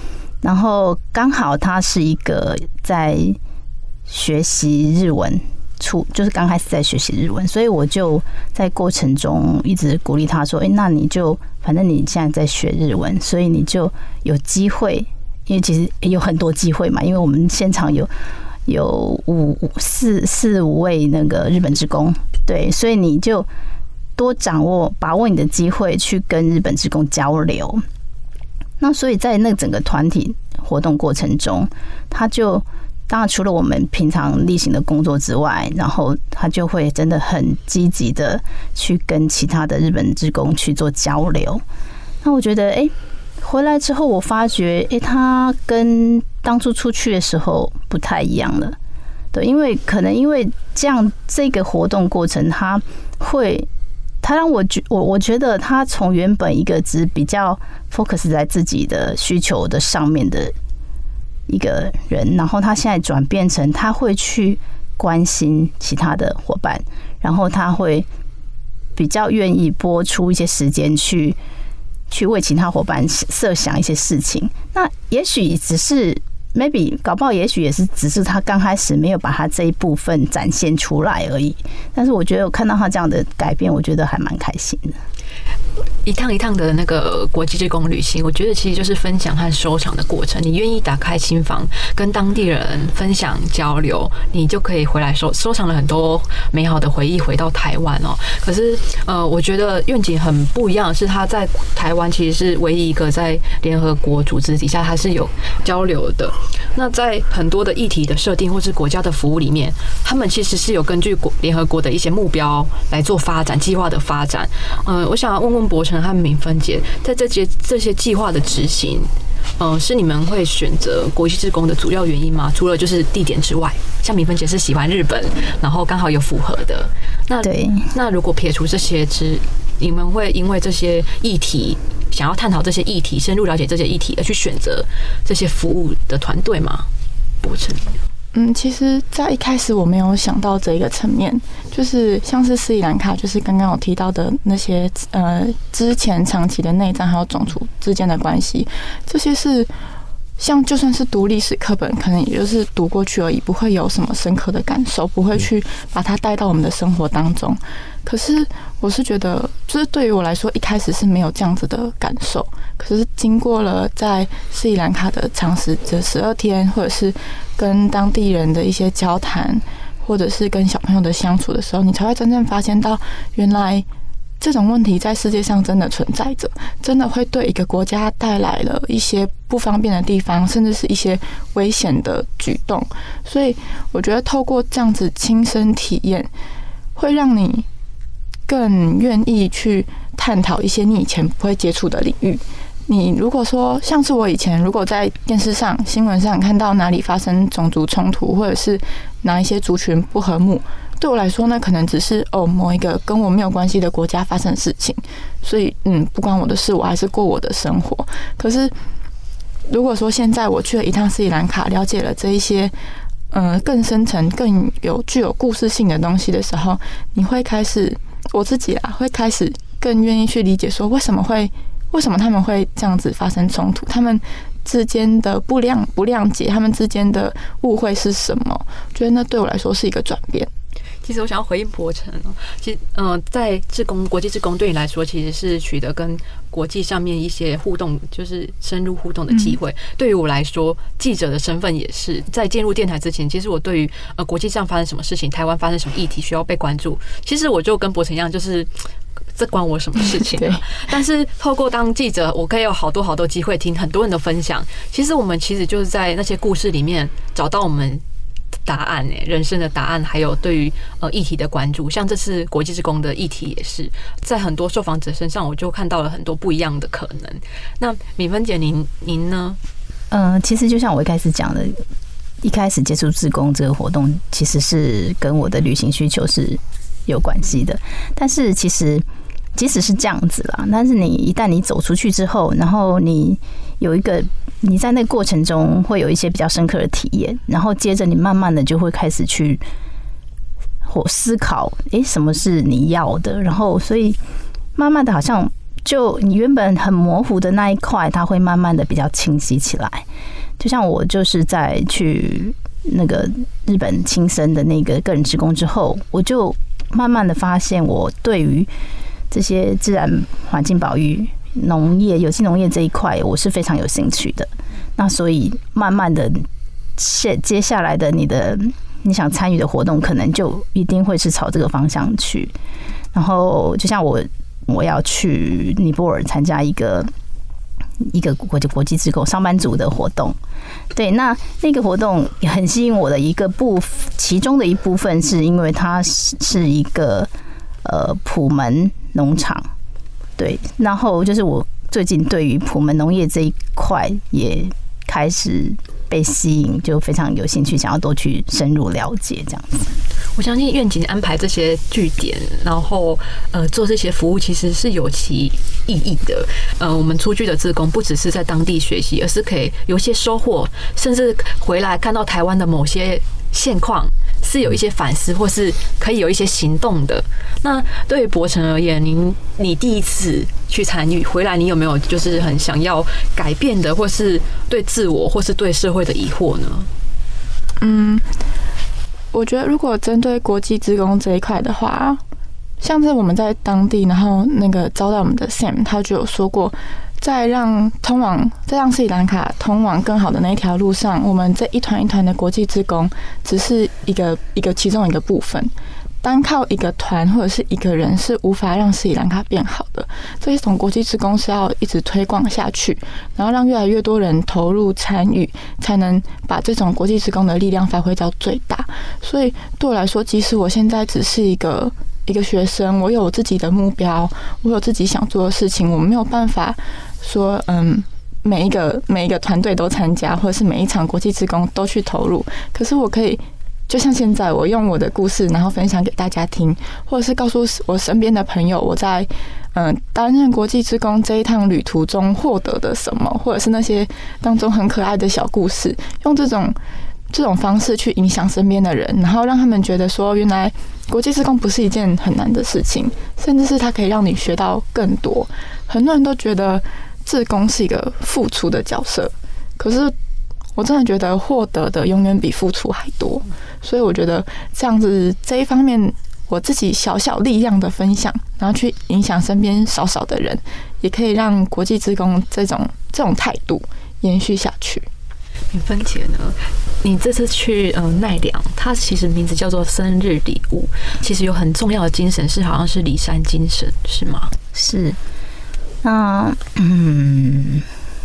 然后刚好他是一个在学习日文。初就是刚开始在学习日文，所以我就在过程中一直鼓励他说：“哎、欸，那你就反正你现在在学日文，所以你就有机会，因为其实有很多机会嘛，因为我们现场有有五四四五位那个日本志工，对，所以你就多掌握把握你的机会去跟日本志工交流。那所以在那整个团体活动过程中，他就。”当然，除了我们平常例行的工作之外，然后他就会真的很积极的去跟其他的日本志工去做交流。那我觉得，哎、欸，回来之后我发觉，哎、欸，他跟当初出去的时候不太一样了。对，因为可能因为这样这个活动过程，他会，他让我觉我我觉得他从原本一个只比较 focus 在自己的需求的上面的。一个人，然后他现在转变成他会去关心其他的伙伴，然后他会比较愿意拨出一些时间去去为其他伙伴设想一些事情。那也许只是 maybe 搞不好，也许也是只是他刚开始没有把他这一部分展现出来而已。但是我觉得我看到他这样的改变，我觉得还蛮开心的。 一趟一趟的那个国际志工旅行，我觉得其实就是分享和收藏的过程。你愿意打开心房，跟当地人分享交流，你就可以回来收收藏了很多美好的回忆，回到台湾哦。可是，呃，我觉得愿景很不一样，是他在台湾其实是唯一一个在联合国组织底下，它是有交流的。那在很多的议题的设定或是国家的服务里面，他们其实是有根据国联合国的一些目标来做发展计划的发展。嗯、呃，我想问问博成和敏芬姐，在这些这些计划的执行，嗯、呃，是你们会选择国际志工的主要原因吗？除了就是地点之外，像敏芬姐是喜欢日本，然后刚好有符合的。那对， 那如果撇除这些之，你们会因为这些议题，想要探讨这些议题，深入了解这些议题，而去选择这些服务的团队吗？博成。 嗯，其实，在一开始我没有想到这一个层面，就是像是斯里兰卡，就是刚刚我提到的那些呃之前长期的内战还有种族之间的关系，这些是像就算是读历史课本，可能也就是读过去而已，不会有什么深刻的感受，不会去把它带到我们的生活当中。可是我是觉得，就是对于我来说，一开始是没有这样子的感受。可是经过了在斯里兰卡的长时这十二天，或者是跟当地人的一些交谈，或者是跟小朋友的相处的时候，你才会真正发现到，原来这种问题在世界上真的存在着，真的会对一个国家带来了一些不方便的地方，甚至是一些危险的举动。所以我觉得透过这样子亲身体验，会让你更愿意去探讨一些你以前不会接触的领域。你如果说像是我以前如果在电视上新闻上看到哪里发生种族冲突，或者是哪一些族群不和睦，对我来说那可能只是哦某一个跟我没有关系的国家发生的事情，所以嗯不关我的事，我还是过我的生活。可是如果说现在我去了一趟斯里兰卡，了解了这一些呃更深层更有具有故事性的东西的时候，你会开始我自己啊会开始更愿意去理解说为什么会为什么他们会这样子发生冲突，他们之间的不谅不谅解，他们之间的误会是什么？我觉得那对我来说是一个转变。 其实我想要回应博成哦，其实呃，在志工国际志工对你来说，其实是取得跟国际上面一些互动，就是深入互动的机会。嗯、对于我来说，记者的身份也是在进入电台之前，其实我对于呃国际上发生什么事情，台湾发生什么议题需要被关注，其实我就跟博成一样，就是这关我什么事情啊？但是透过当记者，我可以有好多好多机会听很多人的分享。其实我们其实就是在那些故事里面找到我们答案诶，人生的答案，还有对于呃议题的关注，像这次国际志工的议题也是在很多受访者身上，我就看到了很多不一样的可能。那敏芬姐，您您呢？ 嗯，其实就像我一开始讲的，一开始接触志工这个活动，其实是跟我的旅行需求是有关系的。但是其实即使是这样子啦，但是你一旦你走出去之后，然后你有一个你在那个过程中会有一些比较深刻的体验，然后接着你慢慢的就会开始去或思考，诶，什么是你要的？然后所以慢慢的好像就你原本很模糊的那一块，它会慢慢的比较清晰起来。 就像我就是在去那个日本亲生的那个个人志工之后，我就慢慢的发现，我对于这些自然环境保育、农业、有机农业这一块，我是非常有兴趣的。那所以慢慢的，接接下来的你的你想参与的活动，可能就一定会是朝这个方向去。然后就像我我要去尼泊尔参加一个一个国际国际志工上班族的活动，对，那那个活动也很吸引我的一个部，其中的一部分是因为它是一个呃普门农场，对，然后就是我最近对于普门农业这一块也开始被吸引，就非常有兴趣，想要多去深入了解这样子。 我相信愿景安排这些据点，然后呃做这些服务，其实是有其意义的。呃，我们出去的志工不只是在当地学习，而是可以有一些收获，甚至回来看到台湾的某些现况，是有一些反思，或是可以有一些行动的。那对于博成而言，您你第一次去参与回来，你有没有就是很想要改变的，或是对自我或是对社会的疑惑呢？ 嗯。我觉得，如果针对国际志工这一块的话，像是我们在当地，然后那个招待我们的 Sam， 他就有说过，在让通往在让斯里兰卡通往更好的那一条路上，我们这一团一团的国际志工只是一个一个其中一个部分。单靠一个团或者是一个人是无法让斯里兰卡变好的，这一种国际志工是要一直推广下去，然后让越来越多人投入参与，才能把这种国际志工的力量发挥到最大。所以对我来说，即使我现在只是一个一个学生，我有自己的目标，我有自己想做的事情，我没有办法说嗯。每一个每一个团队都参加，或者是每一场国际志工都去投入。可是我可以，就像现在，我用我的故事，然后分享给大家听，或者是告诉我身边的朋友，我在嗯、呃、担任国际志工这一趟旅途中获得的什么，或者是那些当中很可爱的小故事，用这种这种方式去影响身边的人，然后让他们觉得说，原来国际志工不是一件很难的事情，甚至是它可以让你学到更多。很多人都觉得志工是一个付出的角色，可是我真的觉得获得的永远比付出还多，所以我觉得这样子这一方面我自己小小力量的分享，然后去影响身边少少的人，也可以让国际志工这种这种态度延续下去。 敏芬姐呢？你这次去呃奈良，它其实名字叫做生日礼物，其实有很重要的精神是好像是里山精神，是吗？ 是。那嗯。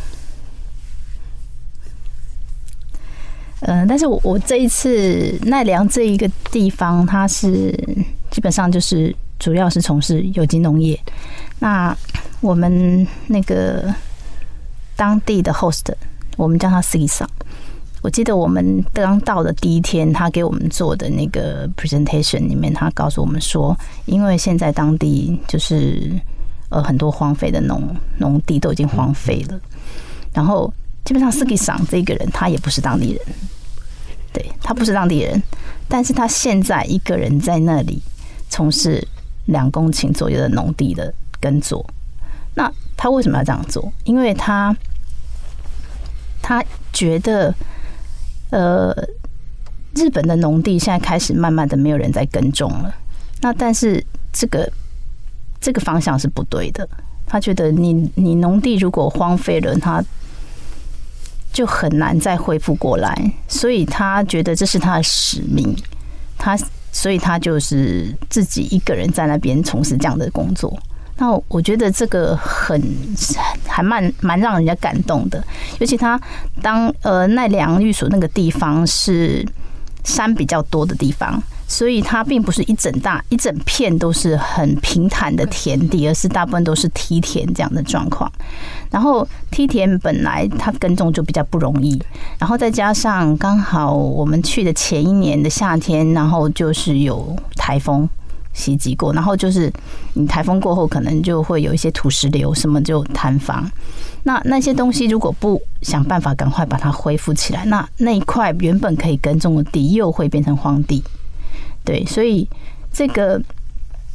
嗯，但是我我这一次奈良这一个地方，它是基本上就是主要是从事有机农业。那我们那个当地的 host， 我们叫他 Sigi 桑。我记得我们刚到的第一天，他给我们做的那个 presentation 里面，他告诉我们说，因为现在当地就是呃很多荒废的农农地都已经荒废了，然后基本上 Sigi 桑这个人他也不是当地人。对，他不是当地人，但是他现在一个人在那里从事两公顷左右的农地的耕作。那他为什么要这样做？因为他他觉得，呃，日本的农地现在开始慢慢的没有人在耕种了。那但是这个这个方向是不对的。他觉得你你农地如果荒废了，他就很难再恢复过来，所以他觉得这是他的使命，他所以他就是自己一个人在那边从事这样的工作。那我觉得这个很还蛮蛮让人家感动的，尤其他当呃奈良御所那个地方是山比较多的地方，所以它并不是一整大一整片都是很平坦的田地，而是大部分都是梯田这样的状况。然后梯田本来它耕种就比较不容易，然后再加上刚好我们去的前一年的夏天，然后就是有台风袭击过，然后就是你台风过后可能就会有一些土石流什么就坍方。那那些东西如果不想办法赶快把它恢复起来，那那一块原本可以耕种的地又会变成荒地。对，所以这个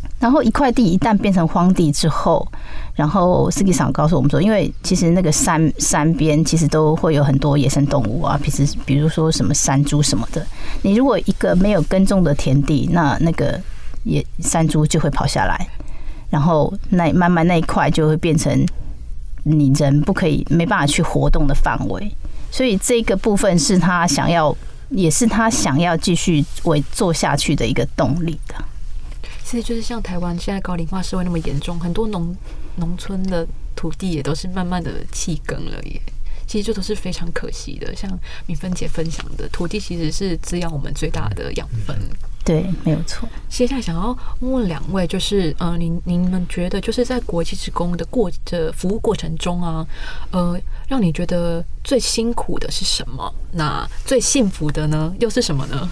然后一块地一旦变成荒地之后，然后司机长告诉我们说，因为其实那个山山边其实都会有很多野生动物啊，比如比如说什么山猪什么的。你如果一个没有耕种的田地，那那个野山猪就会跑下来，然后那慢慢那一块就会变成你人不可以没办法去活动的范围。所以这个部分是他想要，也是他想要继续为做下去的一个动力的。 其实就是像台湾现在高龄化社会那么严重，很多农农村的土地也都是慢慢的弃耕了耶。其实这都是非常可惜的。像敏芬姐分享的，土地其实是滋养我们最大的养分。 对，没有错。 接下来想要问问两位，就是呃，您您们觉得就是在国际志工的过的服务过程中啊，呃，让你觉得最辛苦的是什么？那最幸福的呢，又是什么呢？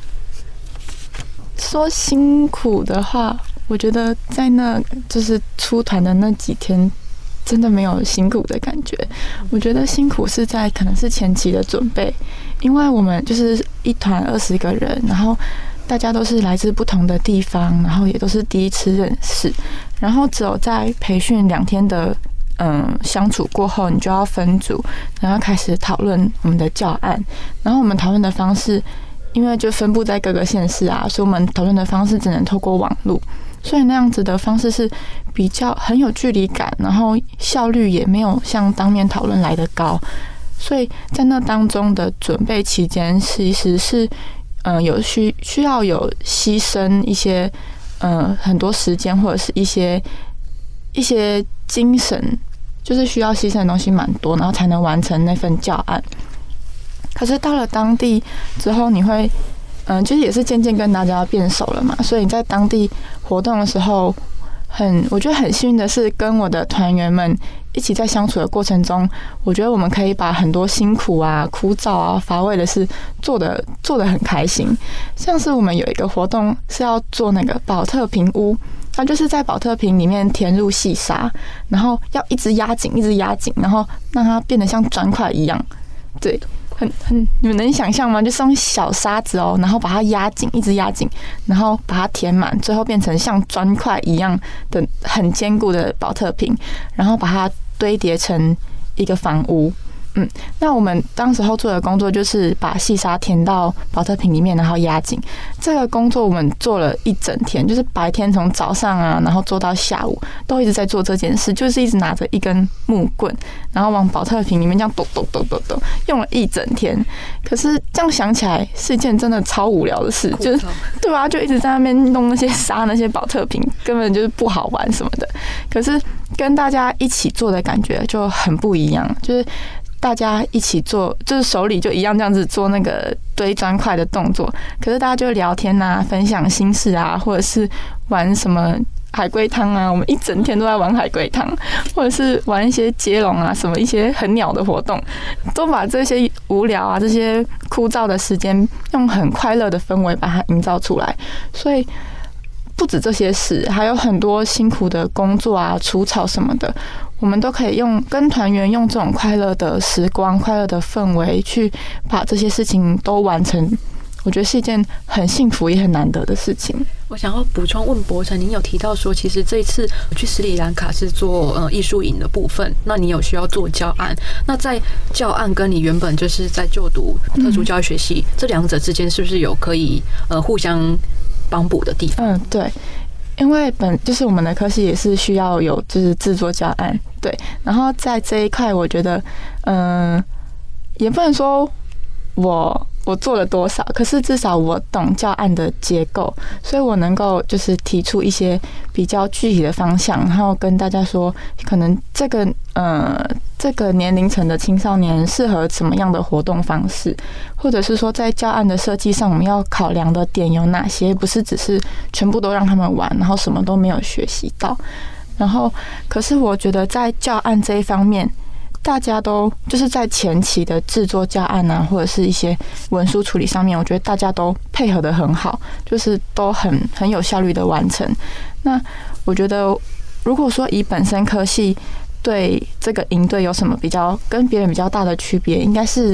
说辛苦的话，我觉得在那就是出团的那几天，真的没有辛苦的感觉。我觉得辛苦是在可能是前期的准备，因为我们就是一团二十个人，然后大家都是来自不同的地方，然后也都是第一次认识，然后只有在培训两天的嗯相处过后，你就要分组，然后开始讨论我们的教案，然后我们讨论的方式。因为就分布在各个县市啊，所以我们讨论的方式只能透过网络，所以那样子的方式是比较很有距离感，然后效率也没有像当面讨论来得高。所以在那当中的准备期间，其实是嗯、呃、有需需要有牺牲一些嗯、呃、很多时间或者是一些一些精神，就是需要牺牲的东西蛮多，然后才能完成那份教案。可是到了当地之后，你会，嗯，就是也是渐渐跟大家变熟了嘛，所以你在当地活动的时候，很，我觉得很幸运的是，跟我的团员们一起在相处的过程中，我觉得我们可以把很多辛苦啊、枯燥啊、乏味的事做的做得很开心。像是我们有一个活动是要做那个宝特瓶屋，它就是在宝特瓶里面填入细沙，然后要一直压紧，一直压紧，然后让它变得像砖块一样，对。很很，你们能想象吗？就是用小沙子哦，然后把它压紧，一直压紧，然后把它填满，最后变成像砖块一样的很坚固的宝特瓶，然后把它堆叠成一个房屋。嗯，那我们当时候做的工作就是把细沙填到宝特瓶里面，然后压紧。这个工作我们做了一整天，就是白天从早上啊，然后做到下午，都一直在做这件事，就是一直拿着一根木棍，然后往宝特瓶里面这样抖抖抖抖抖，用了一整天。可是这样想起来是一件真的超无聊的事，就是对啊，就一直在那边弄那些沙、那些宝特瓶，根本就是不好玩什么的。可是跟大家一起做的感觉就很不一样，就是。大家一起做，就是手里就一样这样子做那个堆砖块的动作，可是大家就聊天啊，分享心事啊，或者是玩什么海龟汤啊，我们一整天都在玩海龟汤，或者是玩一些接龙啊，什么一些很鸟的活动，都把这些无聊啊、这些枯燥的时间，用很快乐的氛围把它营造出来。所以不止这些事，还有很多辛苦的工作啊、除草什么的。我们都可以用跟团员用这种快乐的时光、快乐的氛围去把这些事情都完成，我觉得是一件很幸福也很难得的事情。 我想要补充问博成，您有提到说，其实这一次去斯里兰卡是做呃艺术营的部分，那你有需要做教案？那在教案跟你原本就是在就读特殊教育学系、嗯、这两者之间，是不是有可以呃互相帮补的地方？ 嗯，对。因为本就是我们的科系也是需要有就是制作教案，对，然后在这一块，我觉得，嗯、呃，也不能说我我做了多少，可是至少我懂教案的结构，所以我能够就是提出一些比较具体的方向，然后跟大家说，可能这个呃这个年龄层的青少年适合什么样的活动方式，或者是说在教案的设计上，我们要考量的点有哪些，不是只是全部都让他们玩，然后什么都没有学习到。然后，可是我觉得在教案这一方面，大家都就是在前期的制作教案啊，或者是一些文书处理上面，我觉得大家都配合得很好，就是都很很有效率的完成。那我觉得，如果说以本身科系对这个营队有什么比较跟别人比较大的区别，应该是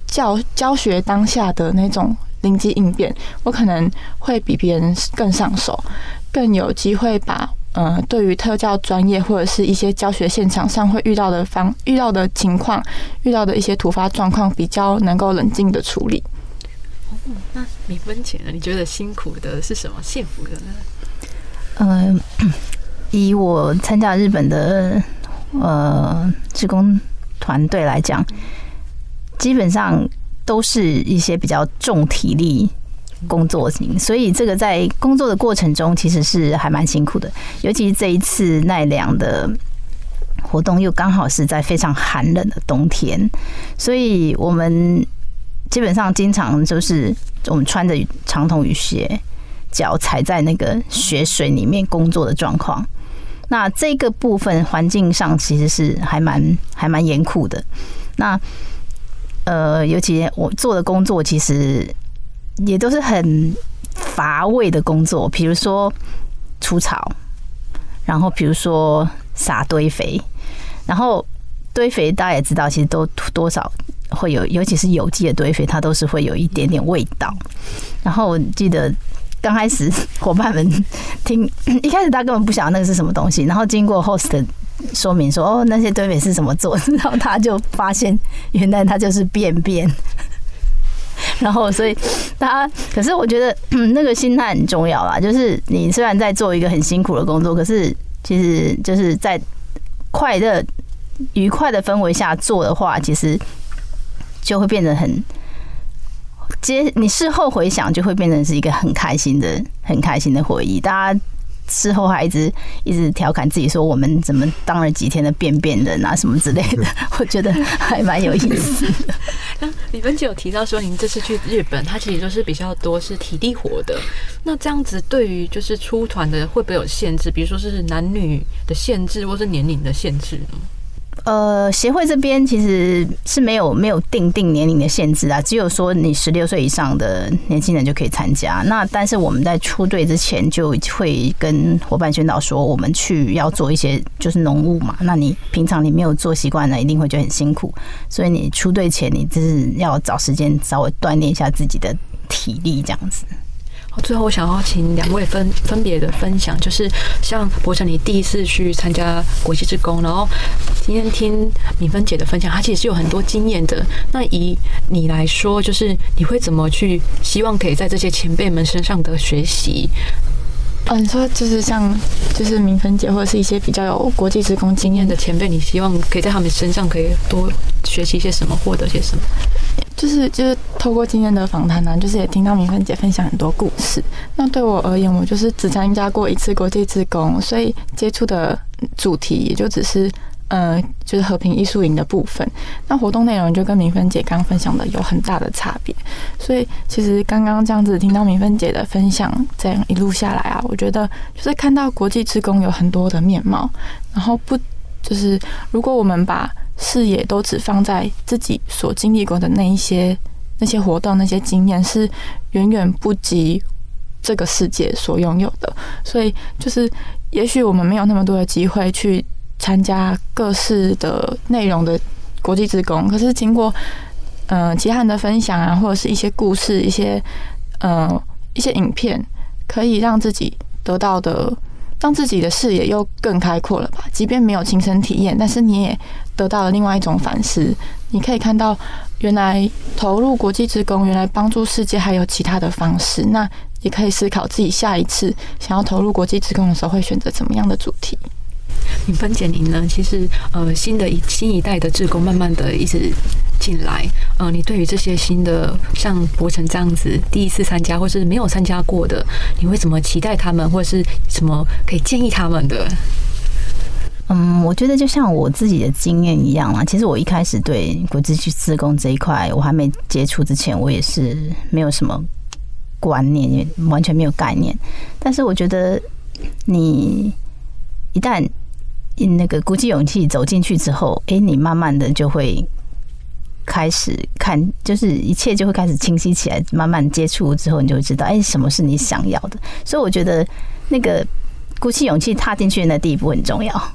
教教学当下的那种灵机应变，我可能会比别人更上手，更有机会把呃对于特教专业或者是一些教学现场上会遇到的方遇到的情况、遇到的一些突发状况，比较能够冷静的处理。 哦，那米芬姐呢？你觉得辛苦的是什么？幸福的呢？ 嗯、呃，以我参加日本的呃志工团队来讲，基本上都是一些比较重体力工作型，所以这个在工作的过程中其实是还蛮辛苦的。尤其是这一次奈良的活动又刚好是在非常寒冷的冬天，所以我们基本上经常就是我们穿着长筒雨鞋，脚踩在那个雪水里面工作的状况。那这个部分环境上其实是还蛮还蛮严酷的。那呃，尤其我做的工作其实也都是很乏味的工作，比如说除草，然后比如说撒堆肥，然后堆肥大家也知道，其实都多少会有，尤其是有机的堆肥，它都是会有一点点味道。然后我记得刚开始伙伴们听，一开始他根本不晓得那个是什么东西，然后经过 host 的说明说哦，那些堆肥是怎么做，然后他就发现原来它就是便便。然后，所以大家，可是我觉得、嗯、那个心态很重要啦。就是你虽然在做一个很辛苦的工作，可是其实就是在快乐、愉快的氛围下做的话，其实就会变得很接。你事后回想，就会变成是一个很开心的、很开心的回忆。大家事后还一直一直调侃自己说，我们怎么当了几天的便便人啊什么之类的，我觉得还蛮有意思的。 那米芬姐有提到说，您这次去日本，它其实就是比较多是体力活的。那这样子对于就是出团的会不会有限制？比如说是男女的限制，或是年龄的限制呢？ 呃，协会这边其实是没有没有定定年龄的限制啊，只有说你十六岁以上的年轻人就可以参加。那但是我们在出队之前就会跟伙伴宣导说，我们去要做一些就是农务嘛，那你平常你没有做习惯的，一定会觉得很辛苦，所以你出队前你就是要找时间稍微锻炼一下自己的体力，这样子。 最后，我想要请两位分分别的分享，就是像博成，你第一次去参加国际志工，然后今天听米芬姐的分享，她其实是有很多经验的。那以你来说，就是你会怎么去希望可以在这些前辈们身上的学习？ 嗯，你说就是像就是明芬姐或者是一些比较有国际志工经验的前辈， 你希望可以在他们身上可以多学习一些什么，获得些什么？ 就是就是透过今天的访谈呢，就是也听到明芬姐分享很多故事。那对我而言，我就是只参加过一次国际志工，所以接触的主题也就只是呃，就是和平艺术营的部分。那活动内容就跟明芬姐刚刚分享的有很大的差别。所以其实刚刚这样子听到明芬姐的分享，这样一路下来啊，我觉得就是看到国际志工有很多的面貌，然后不就是如果我们把视野都只放在自己所经历过的那一些那些活动、那些经验，是远远不及这个世界所拥有的。所以，就是也许我们没有那么多的机会去参加各式的内容的国际志工，可是经过呃其他人的分享啊，或者是一些故事、一些呃一些影片，可以让自己得到的。让自己的视野又更开阔了吧？即便没有亲身体验，但是你也得到了另外一种反思。你可以看到，原来投入国际志工，原来帮助世界还有其他的方式。那也可以思考自己下一次想要投入国际志工的时候，会选择怎么样的主题。 米芬姐，您呢？其实呃，新的一新一代的志工慢慢的一直进来，呃，你对于这些新的像博成这样子第一次参加或是没有参加过的，你会怎么期待他们，或者是什么可以建议他们的？ 嗯，我觉得就像我自己的经验一样啦。其实我一开始对国际志工这一块，我还没接触之前，我也是没有什么观念，也完全没有概念。但是我觉得你一旦那个鼓起勇气走进去之后，哎、欸，你慢慢的就会开始看，就是一切就会开始清晰起来。慢慢接触之后，你就会知道，哎、欸，什么是你想要的。所以我觉得那个鼓起勇气踏进去的那第一步很重要。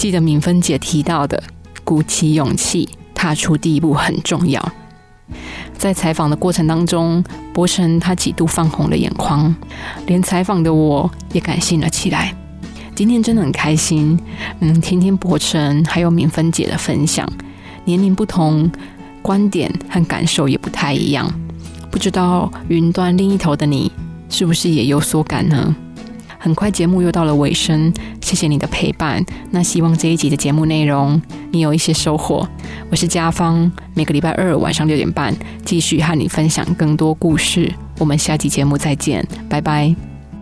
记得敏芬姐提到的，鼓起勇气踏出第一步很重要。在采访的过程当中，柏成他几度泛红了眼眶，连采访的我也感性了起来。今天真的很开心，嗯，听听柏成还有敏芬姐的分享，年龄不同，观点和感受也不太一样。不知道云端另一头的你，是不是也有所感呢？很快节目又到了尾声，谢谢你的陪伴。那希望这一集的节目内容你有一些收获。我是家芳，每个礼拜二晚上六点半继续和你分享更多故事。我们下期节目再见，拜拜。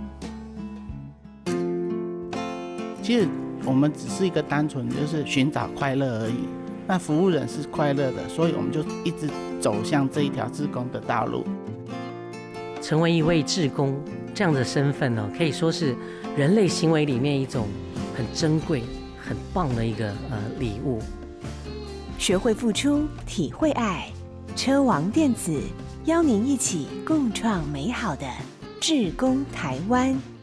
其实我们只是一个单纯就是寻找快乐而已。那服务人是快乐的，所以我们就一直走向这一条志工的道路。 成为一位志工这样的身份呢、哦，可以说是人类行为里面一种很珍贵、很棒的一个呃礼物。 学会付出，体会爱，车王电子邀您一起共创美好的志工台湾。